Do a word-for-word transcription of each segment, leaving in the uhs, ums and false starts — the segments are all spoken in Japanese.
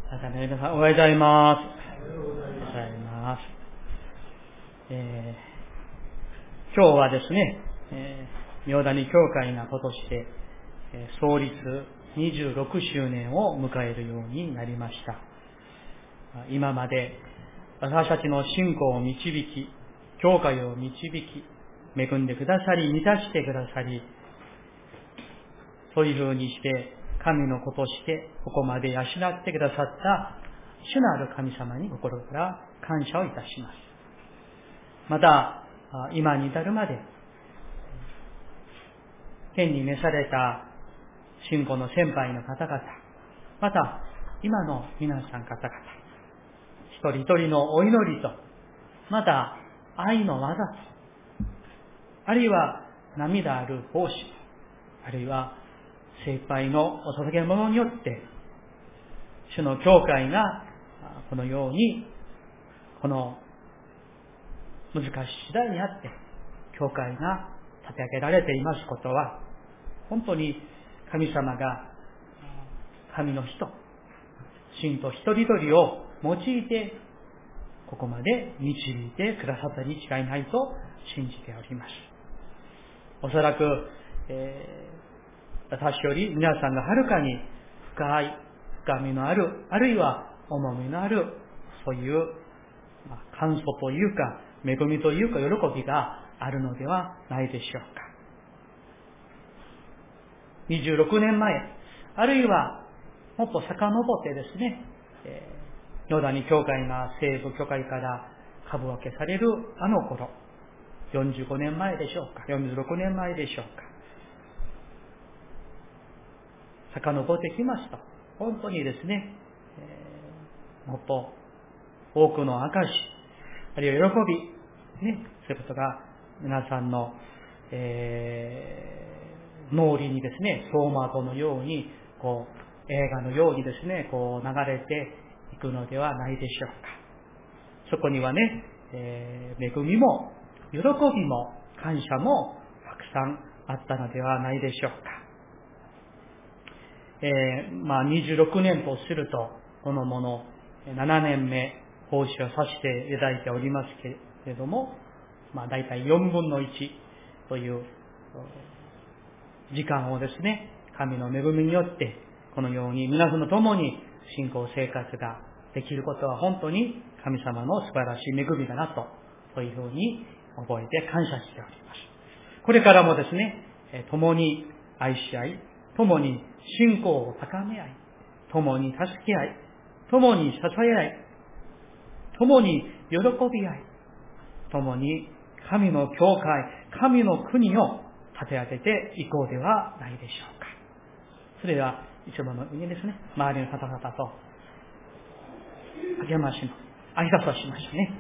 改めて皆さんおはようございます。おはようございます。えー、今日はですね、えー、明谷教会が今年で、えー、創立にじゅうろくしゅうねんを迎えるようになりました。今まで私たちの信仰を導き、教会を導き、恵んでくださり、満たしてくださり、そういうふうにして神の子としてここまで養ってくださった主なる神様に心から感謝をいたします。また今に至るまで天に召された信仰の先輩の方々、また今の皆さん方々、一人一人のお祈りと、また愛の技と、あるいは涙ある奉仕、あるいは精一杯のお捧げ物によって主の教会がこのようにこの難しい時代にあって教会が立て上げられていますことは、本当に神様が神の人、信徒一人一人を用いてここまで導いてくださったに違いないと信じております。おそらく、えー私より皆さんがはるかに深い深みのある、あるいは重みのある、そういう、まあ、感想というか恵みというか喜びがあるのではないでしょうか。にじゅうろくねんまえ、あるいはもっと遡ってですね、えー、明谷教会が西部教会から株分けされるあの頃、よんじゅうごねんまえでしょうか、よんじゅうろくねんまえでしょうか、遡ってきますと、本当にですね、えー、もっと多くの証し、あるいは喜び、ね、そういうことが皆さんの、えー、脳裏にですね、走馬灯のように、こう、映画のようにですね、こう流れていくのではないでしょうか。そこにはね、えー、恵みも、喜びも、感謝もたくさんあったのではないでしょうか。えー、まあにじゅうろくねんとすると、このものななねんめ奉仕をさせていただいておりますけれども、まあ大体よんぶんのいちという時間をですね、神の恵みによってこのように皆さんと共に信仰生活ができることは本当に神様の素晴らしい恵みだなと、そういうふうに覚えて感謝しております。これからもですね、共に愛し合い、共に信仰を高め合い、共に助け合い、共に支え合い、共に喜び合い、共に神の教会、神の国を立て上げていこうではないでしょうか。それでは、いつものようにですね、周りの方々と励ましの挨拶をしましょうね。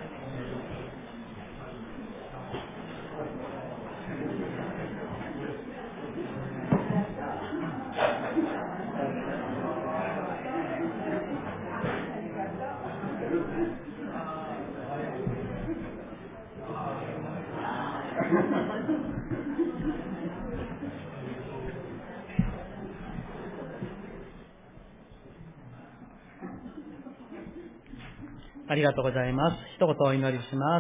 ありがとうございます。一言お祈りします。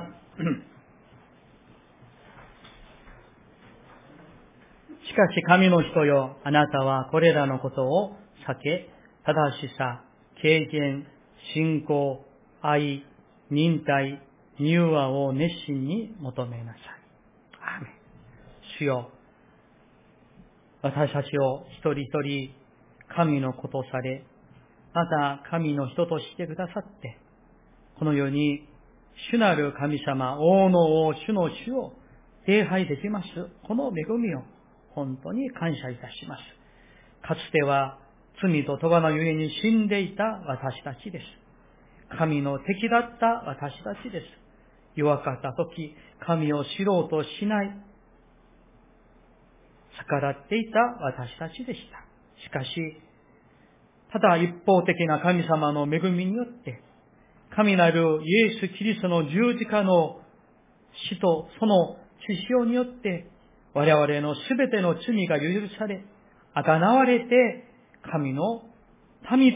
しかし神の人よ、あなたはこれらのことを避け、正しさ、敬虔、信仰、愛、忍耐、柔和を熱心に求めなさい。アーメン。主よ、私たちを一人一人神の子とされ、また神の人としてくださって、このように主なる神様、王の王、主の主を礼拝できます。この恵みを本当に感謝いたします。かつては罪と咎のゆえに死んでいた私たちです。神の敵だった私たちです。弱かったとき、神を知ろうとしない、逆らっていた私たちでした。しかし、ただ一方的な神様の恵みによって、神なるイエス・キリストの十字架の死とその血潮によって、我々のすべての罪が許され、贖われて、神の民とに、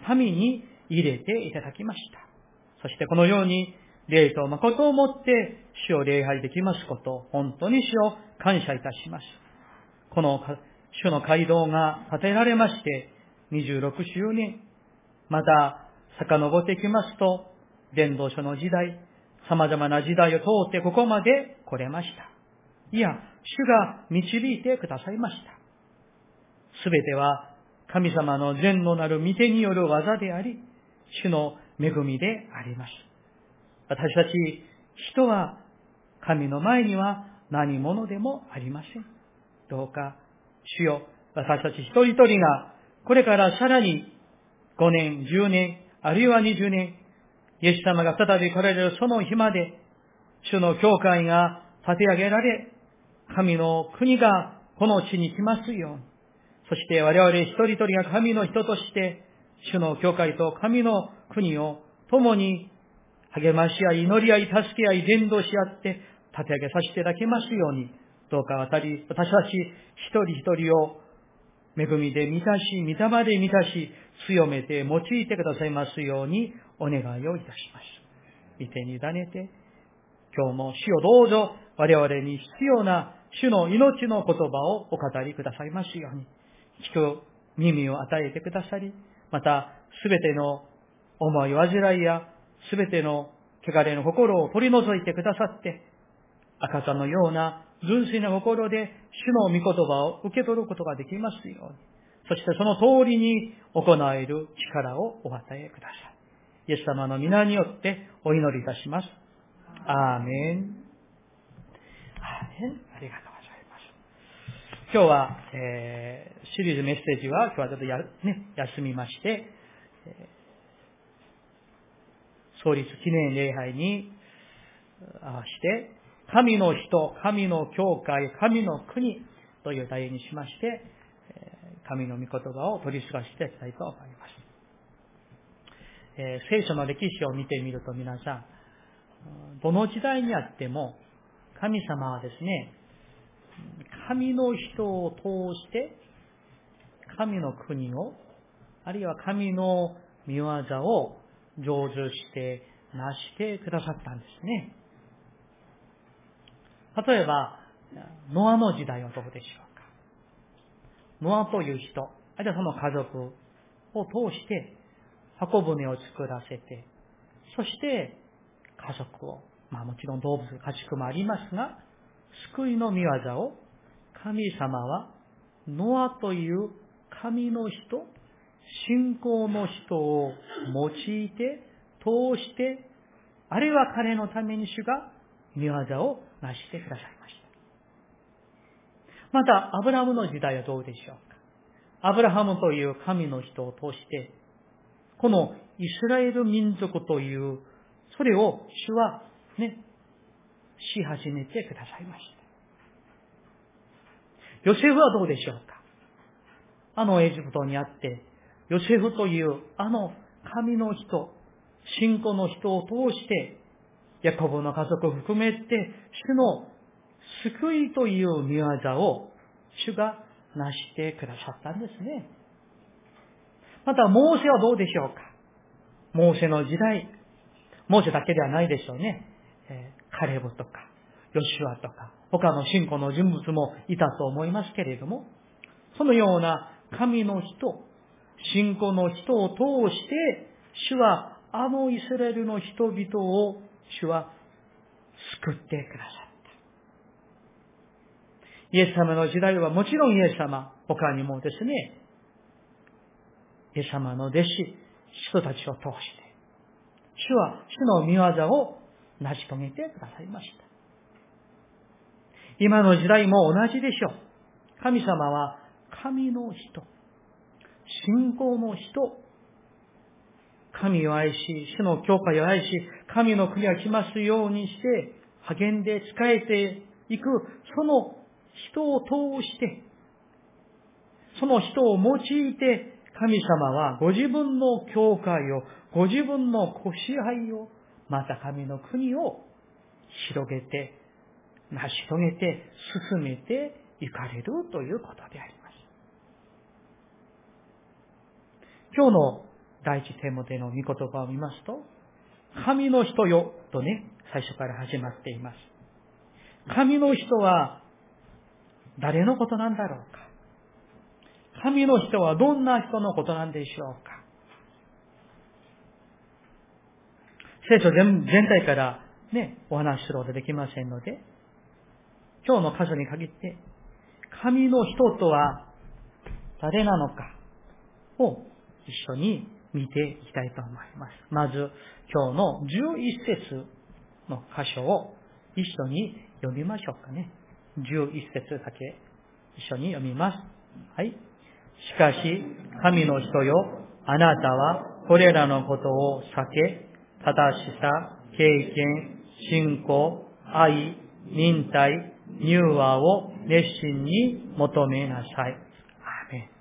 民に入れていただきました。そしてこのように、霊と誠をもって主を礼拝できますこと、本当に主を感謝いたします。この主の街道が建てられまして、にじゅうろくしゅうねん、また遡っていきますと、伝道書の時代、様々な時代を通ってここまで来れました。いや、主が導いてくださいました。すべては神様の善のなる御手による技であり、主の恵みであります。私たち人は神の前には何者でもありません。どうか主よ、私たち一人一人がこれからさらにごねん、じゅうねん、あるいはにじゅうねん、イエス様が再び来られるその日まで、主の教会が立て上げられ、神の国がこの地に来ますように、そして我々一人一人が神の人として、主の教会と神の国を共に励まし合い、祈り合い、助け合い、伝道し合って立て上げさせていただきますように、どうか私たち一人一人を恵みで満たし、御霊で満たし、強めて用いてくださいますようにお願いをいたします。御手に委ねて、今日も主をどうぞ我々に必要な主の命の言葉をお語りくださいますように、聞く耳を与えてくださり、またすべての思い煩いやすべての汚れの心を取り除いてくださって、赤さのような純粋な心で主の御言葉を受け取ることができますように、そしてその通りに行える力をお与えください。イエス様の皆によってお祈りいたします。アーメン。アーメン。ありがとうございます。今日は、えー、シリーズメッセージは今日はちょっとや、ね、休みまして、えー、創立記念礼拝に合わせて、神の人、神の教会、神の国という題にしまして、神の御言葉を取り継がせていきたいと思います。えー、聖書の歴史を見てみると皆さん、どの時代にあっても神様はですね、神の人を通して神の国を、あるいは神の御業を成就して成してくださったんですね。例えば、ノアの時代はどうでしょうか。ノアという人、あるいはその家族を通して箱舟を作らせて、そして家族を、まあもちろん動物、家畜もありますが、救いの御業を神様はノアという神の人、信仰の人を用いて、通して、あるいは彼のために主が御業を成してくださいました。また、アブラハムの時代はどうでしょうか。アブラハムという神の人を通して、このイスラエル民族という、それを主はね、し始めてくださいました。ヨセフはどうでしょうか。あのエジプトにあって、ヨセフというあの神の人、信仰の人を通して、ヤコブの家族を含めて、主の救いという御業を主が成してくださったんですね。また、モーセはどうでしょうか。モーセの時代、モーセだけではないでしょうね。えー、カレブとか、ヨシュアとか、他の信仰の人物もいたと思いますけれども、そのような神の人、信仰の人を通して、主はあのイスラエルの人々を主は救ってくださった。イエス様の時代はもちろんイエス様、他にもですね、イエス様の弟子、人たちを通して、主は主の御業を成し遂げてくださいました。今の時代も同じでしょう。神様は神の人、信仰の人、神を愛し、主の教会を愛し、神の国が来ますようにして、励んで仕えていく、その人を通して、その人を用いて、神様はご自分の教会を、ご自分のご支配を、また神の国を広げて、成し遂げて、進めていかれるということであります。今日の第一テモテの御言葉を見ますと、神の人よとね、最初から始まっています。神の人は誰のことなんだろうか。神の人はどんな人のことなんでしょうか。聖書全体からね、お話しすることができませんので、今日の箇所に限って、神の人とは誰なのかを一緒に見ていきたいと思います。まず、今日のじゅういち節の箇所を一緒に読みましょうかね。じゅういち節だけ一緒に読みます。はい。しかし、神の人よ、あなたはこれらのことを避け、正しさ、経験、信仰、愛、忍耐、柔和を熱心に求めなさい。アーメン。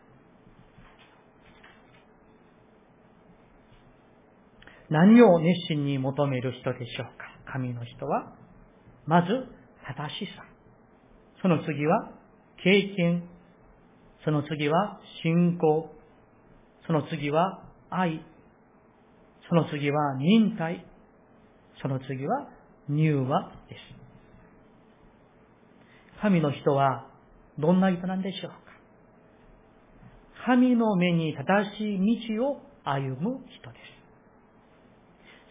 何を熱心に求める人でしょうか。神の人は、まず、正しさ。その次は、経験。その次は、信仰。その次は、愛。その次は、忍耐。その次は、柔和です。神の人は、どんな人なんでしょうか。神の目に正しい道を歩む人です。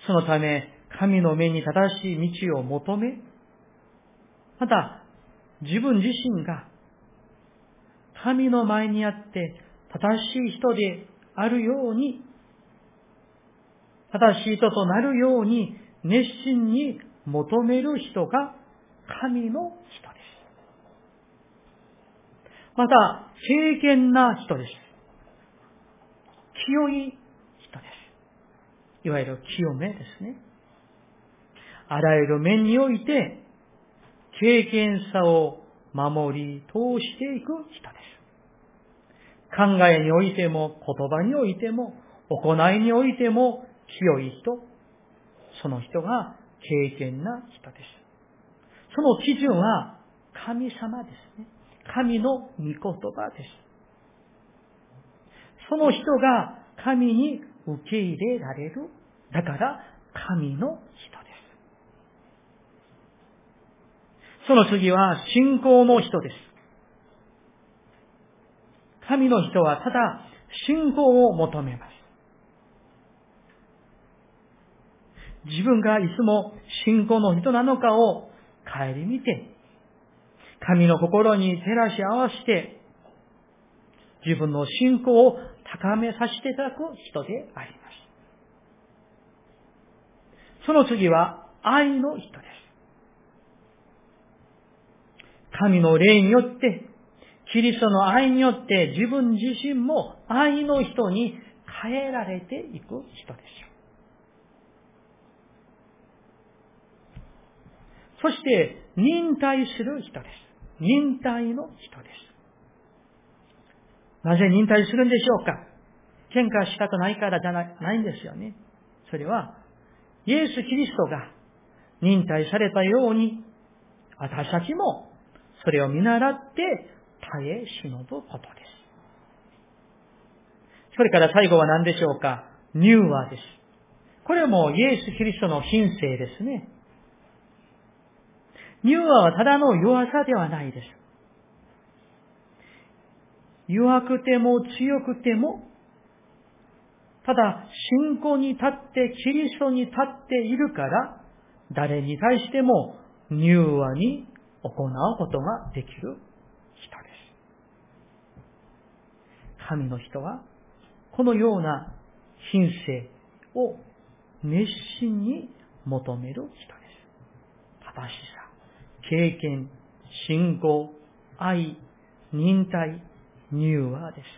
そのため、神の目に正しい道を求め、また、自分自身が、神の前にあって正しい人であるように、正しい人となるように熱心に求める人が神の人です。また、敬虔な人です。清い人です。いわゆる清めですね。あらゆる面において、敬虔さを守り通していく人です。考えにおいても、言葉においても、行いにおいても、清い人。その人が敬虔な人です。その基準は神様ですね。神の御言葉です。その人が神に受け入れられる。だから神の人です。その次は信仰の人です。神の人はただ信仰を求めます。自分がいつも信仰の人なのかを顧みて、神の心に照らし合わせて、自分の信仰を高めさせていただく人であります。その次は愛の人です。神の霊によって、キリストの愛によって自分自身も愛の人に変えられていく人ですよ。そして忍耐する人です。忍耐の人です。なぜ忍耐するんでしょうか。喧嘩したくないからじゃないんですよね。それはイエス・キリストが忍耐されたように、私たちもそれを見習って耐え忍ぶことです。それから最後は何でしょうか。柔和です。これもイエス・キリストの品性ですね。柔和はただの弱さではないです。弱くても強くても、ただ信仰に立ってキリストに立っているから、誰に対しても柔和に行うことができる人です。神の人はこのような品性を熱心に求める人です。正しさ、経験、信仰、愛、忍耐、柔和です。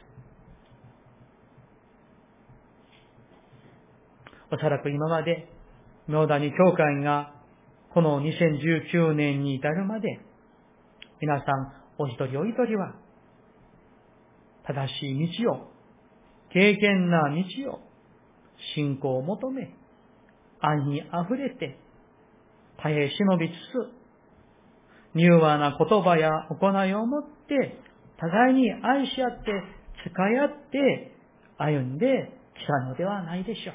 おそらく今まで明谷教会がこのにせんじゅうきゅうねんに至るまで、皆さんお一人お一人は正しい道を、敬虔な道を、信仰を求め、愛にあふれて耐え忍びつつ、柔和な言葉や行いをもって互いに愛し合って使い合って歩んでたのではないでしょう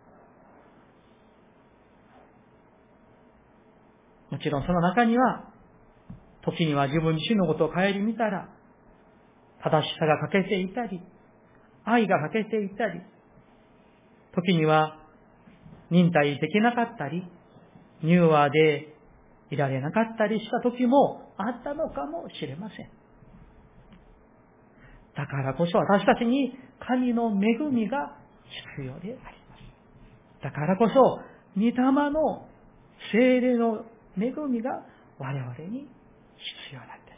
か。もちろんその中には、時には自分自身のことを顧みたら、正しさが欠けていたり、愛が欠けていたり、時には忍耐できなかったり、柔和でいられなかったりした時もあったのかもしれません。だからこそ私たちに神の恵みが必要であります。だからこそ、御霊の聖霊の恵みが我々に必要なんです。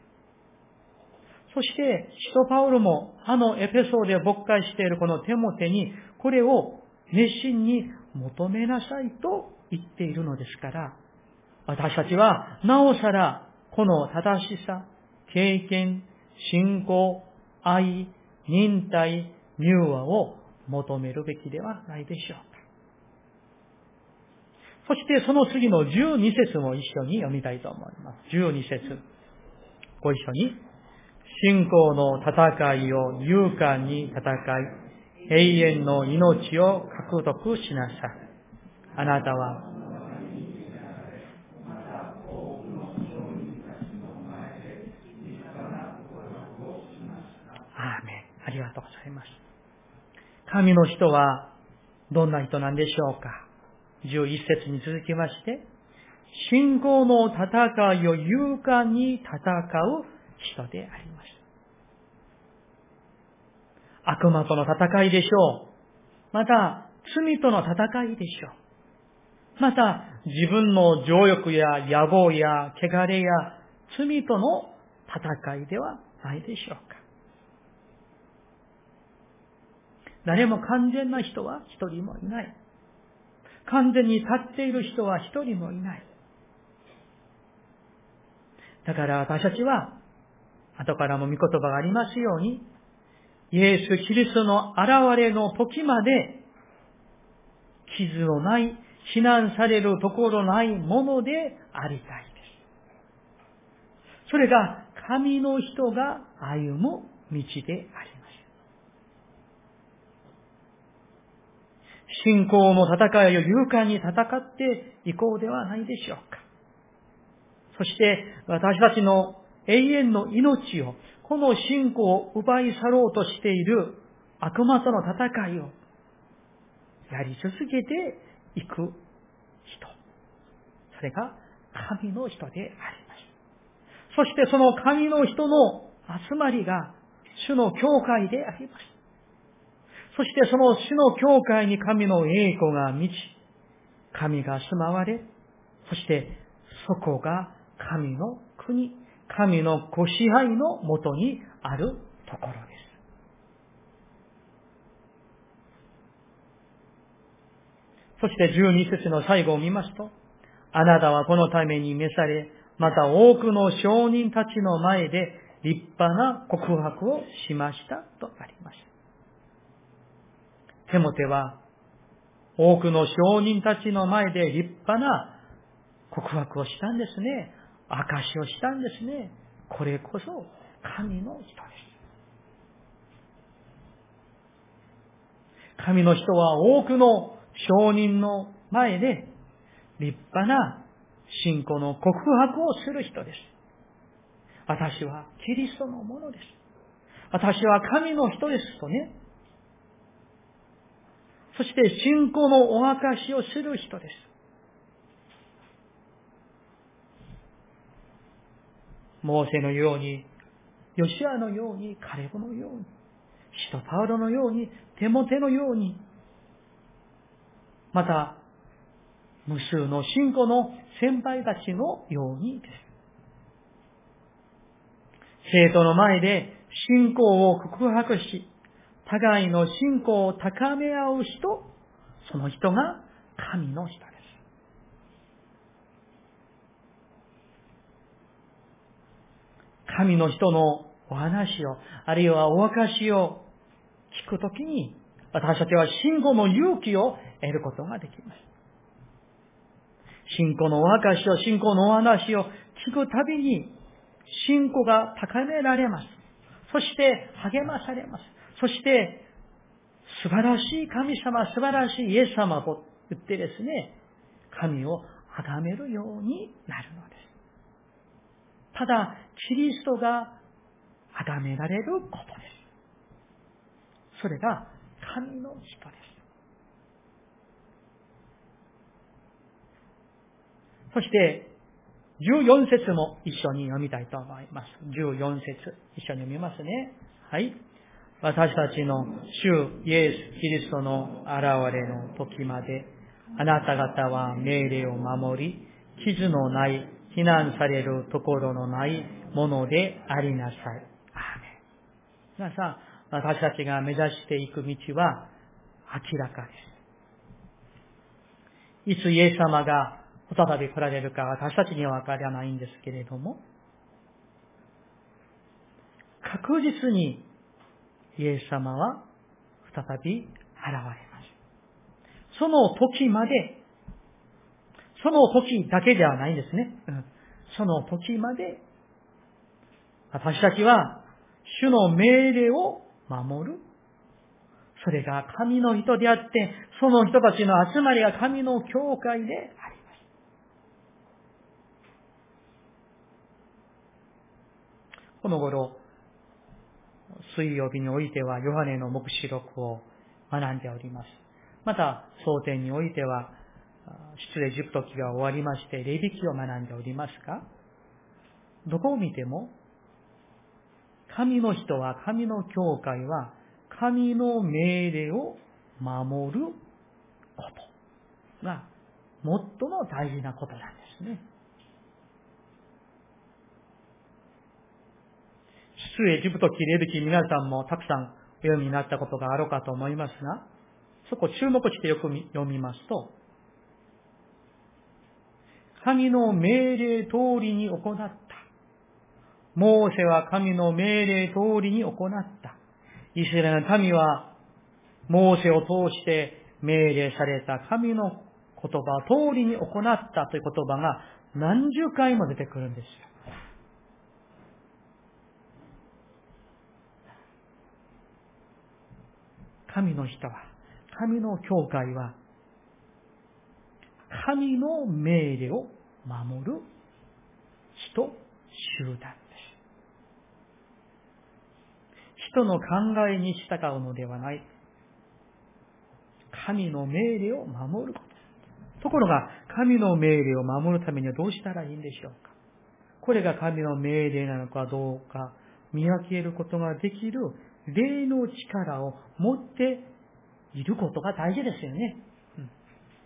そして、使徒パウロもあのエペソで牧会しているこのテモテに、これを熱心に求めなさいと言っているのですから、私たちはなおさらこの正しさ、経験、信仰、愛、忍耐、柔和を求めるべきではないでしょうか。そしてその次のじゅうに節も一緒に読みたいと思います。じゅうに節。ご一緒に。信仰の戦いを勇敢に戦い、永遠の命を獲得しなさい。あなたは、アーメン。ありがとうございます。神の人はどんな人なんでしょうか。じゅういち節に続きまして、信仰の戦いを勇敢に戦う人であります。悪魔との戦いでしょう。また、罪との戦いでしょう。また、自分の情欲や野望や汚れや罪との戦いではないでしょうか。誰も完全な人は一人もいない。完全に立っている人は一人もいない。だから私たちは、後からも御言葉がありますように、イエス・キリストの現れの時まで、傷のない、非難されるところないものでありたいです。それが神の人が歩む道であります。信仰の戦いを勇敢に戦っていこうではないでしょうか。そして私たちの永遠の命を、この信仰を奪い去ろうとしている悪魔との戦いをやり続けていく人。それが神の人であります。そしてその神の人の集まりが主の教会であります。そしてその主の教会に神の栄光が満ち、神が住まわれ、そしてそこが神の国、神のご支配のもとにあるところです。そしてじゅうに節の最後を見ますと、あなたはこのために召され、また多くの証人たちの前で立派な告白をしましたとあります。テモテは多くの証人たちの前で立派な告白をしたんですね。証しをしたんですね。これこそ神の人です。神の人は多くの証人の前で立派な信仰の告白をする人です。私はキリストのものです。私は神の人ですとね。そして信仰のお証しをする人です。モーセのように、ヨシュアのように、カレブのように、使徒パウロのように、テモテのように、また、無数の信仰の先輩たちのようにです。生徒の前で信仰を告白し、互いの信仰を高め合う人、その人が神の人です。神の人のお話を、あるいはお証しを聞くときに、私たちは信仰の勇気を得ることができます。信仰のお証しを、信仰のお話を聞くたびに、信仰が高められます。そして励まされます。そして、 素晴らしい神様、素晴らしいイエス様と言ってですね、神を崇めるようになるのです。ただ、キリストが崇められることです。それが神の人です。そして、じゅうよん節も一緒に読みたいと思います。じゅうよん節、一緒に読みますね。はい。私たちの主イエス・キリストの現れの時まで、あなた方は命令を守り、傷のない、非難されるところのないものでありなさい。アーメン。皆さん、私たちが目指していく道は明らかです。いつイエス様が再び来られるか私たちにはわからないんですけれども、確実にイエス様は再び現れます。その時まで、その時だけではないんですね。うん、その時まで、私たちは主の命令を守る。それが神の人であって、その人たちの集まりが神の教会であります。この頃、水曜日においてはヨハネの黙示録を学んでおります。また、蒼天においては、出エジプト記が終わりまして、レビ記を学んでおりますが、どこを見ても、神の人は、神の教会は、神の命令を守ることが、最も大事なことなんですね。出エジプト記、レビ記、皆さんもたくさんお読みになったことがあろうかと思いますが、そこ注目してよく読みますと、神の命令通りに行った。モーセは神の命令通りに行った。イスラエルの民はモーセを通して命令された神の言葉通りに行ったという言葉が何十回も出てくるんですよ。神の人は、神の教会は、神の命令を守る人、集団です。人の考えに従うのではない。神の命令を守ること。ところが、神の命令を守るためにはどうしたらいいんでしょうか。これが神の命令なのかどうか見分けることができる霊の力を持っていることが大事ですよね。うん、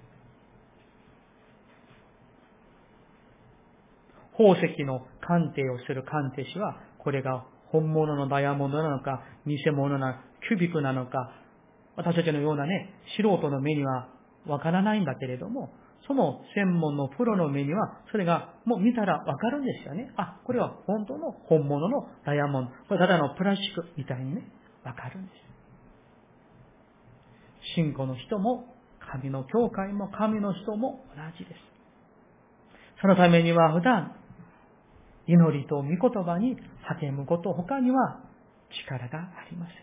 宝石の鑑定をする鑑定士は、これが本物のダイヤモンドなのか、偽物なキュビックなのか、私たちのようなね、素人の目にはわからないんだけれども、その専門のプロの目には、それがもう見たらわかるんですよね。あ、これは本当の本物のダイヤモンド。これただのプラスチックみたいにね、わかるんです。信仰の人も、神の教会も、神の人も同じです。そのためには普段、祈りと御言葉に励むこと他には力がありません。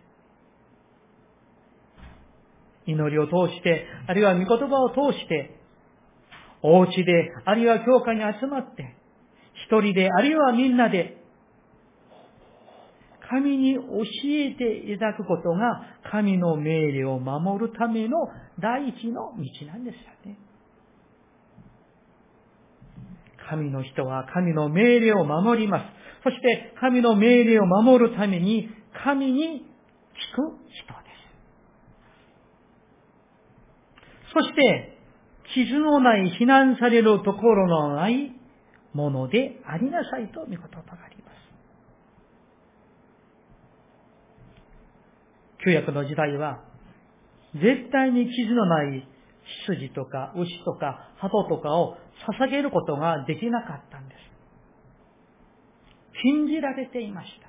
祈りを通して、あるいは御言葉を通して、お家で、あるいは教会に集まって、一人で、あるいはみんなで、神に教えていただくことが、神の命令を守るための第一の道なんですよね。神の人は神の命令を守ります。そして、神の命令を守るために、神に聞く人です。そして、傷のない、非難されるところのないものでありなさいと御言葉があります。旧約の時代は、絶対に傷のない羊とか牛とか鳩とかを捧げることができなかったんです。禁じられていました。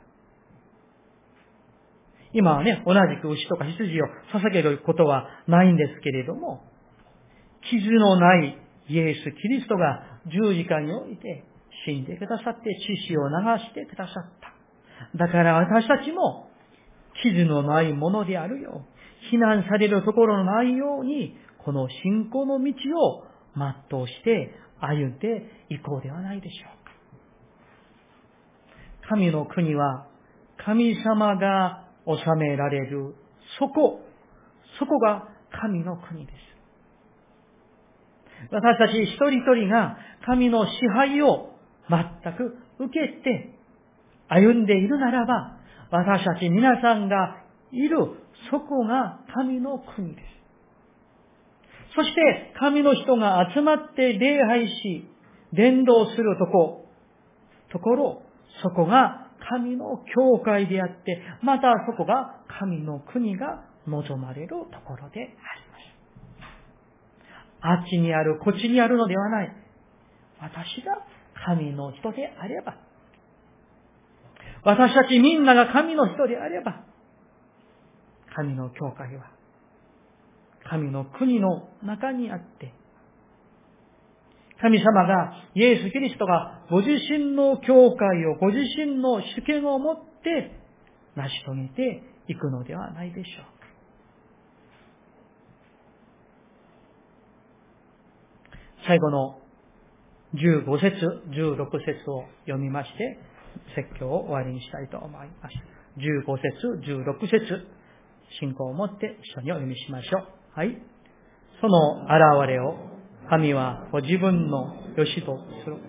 今はね、同じく牛とか羊を捧げることはないんですけれども、傷のないイエス・キリストが十字架において死んでくださって血を流してくださった。だから私たちも傷のないものであるよう、 非難されるところのないように、この信仰の道を全うして歩んでいこうではないでしょうか。神の国は神様が治められる、そこ、そこが神の国です。私たち一人一人が神の支配を全く受けて歩んでいるならば、私たち皆さんがいる、そこが神の国です。そして神の人が集まって礼拝し、伝道するとこ、ところ、そこが神の教会であって、またそこが神の国が望まれるところであります。あっちにある、こっちにあるのではない。私が神の人であれば、私たちみんなが神の人であれば、神の教会は神の国の中にあって、神様が、イエス・キリストがご自身の教会を、ご自身の主権を持って成し遂げていくのではないでしょうか。最後のじゅうご節、じゅうろく節を読みまして、説教を終わりにしたいと思います。じゅうご節、じゅうろく節、信仰を持って一緒にお読みしましょう。はい。その現れを神はご自分の良しとする。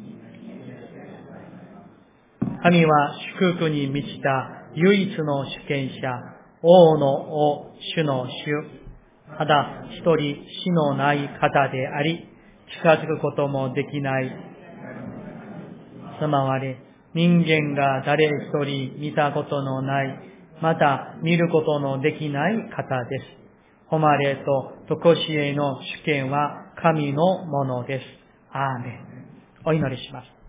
神は祝福に満ちた唯一の主権者、王の王、主の主。ただ一人死のない方であり、近づくこともできない。すまわれ、人間が誰一人見たことのない、また見ることのできない方です。誉れと常しえの主権は神のものです。アーメン。お祈りします。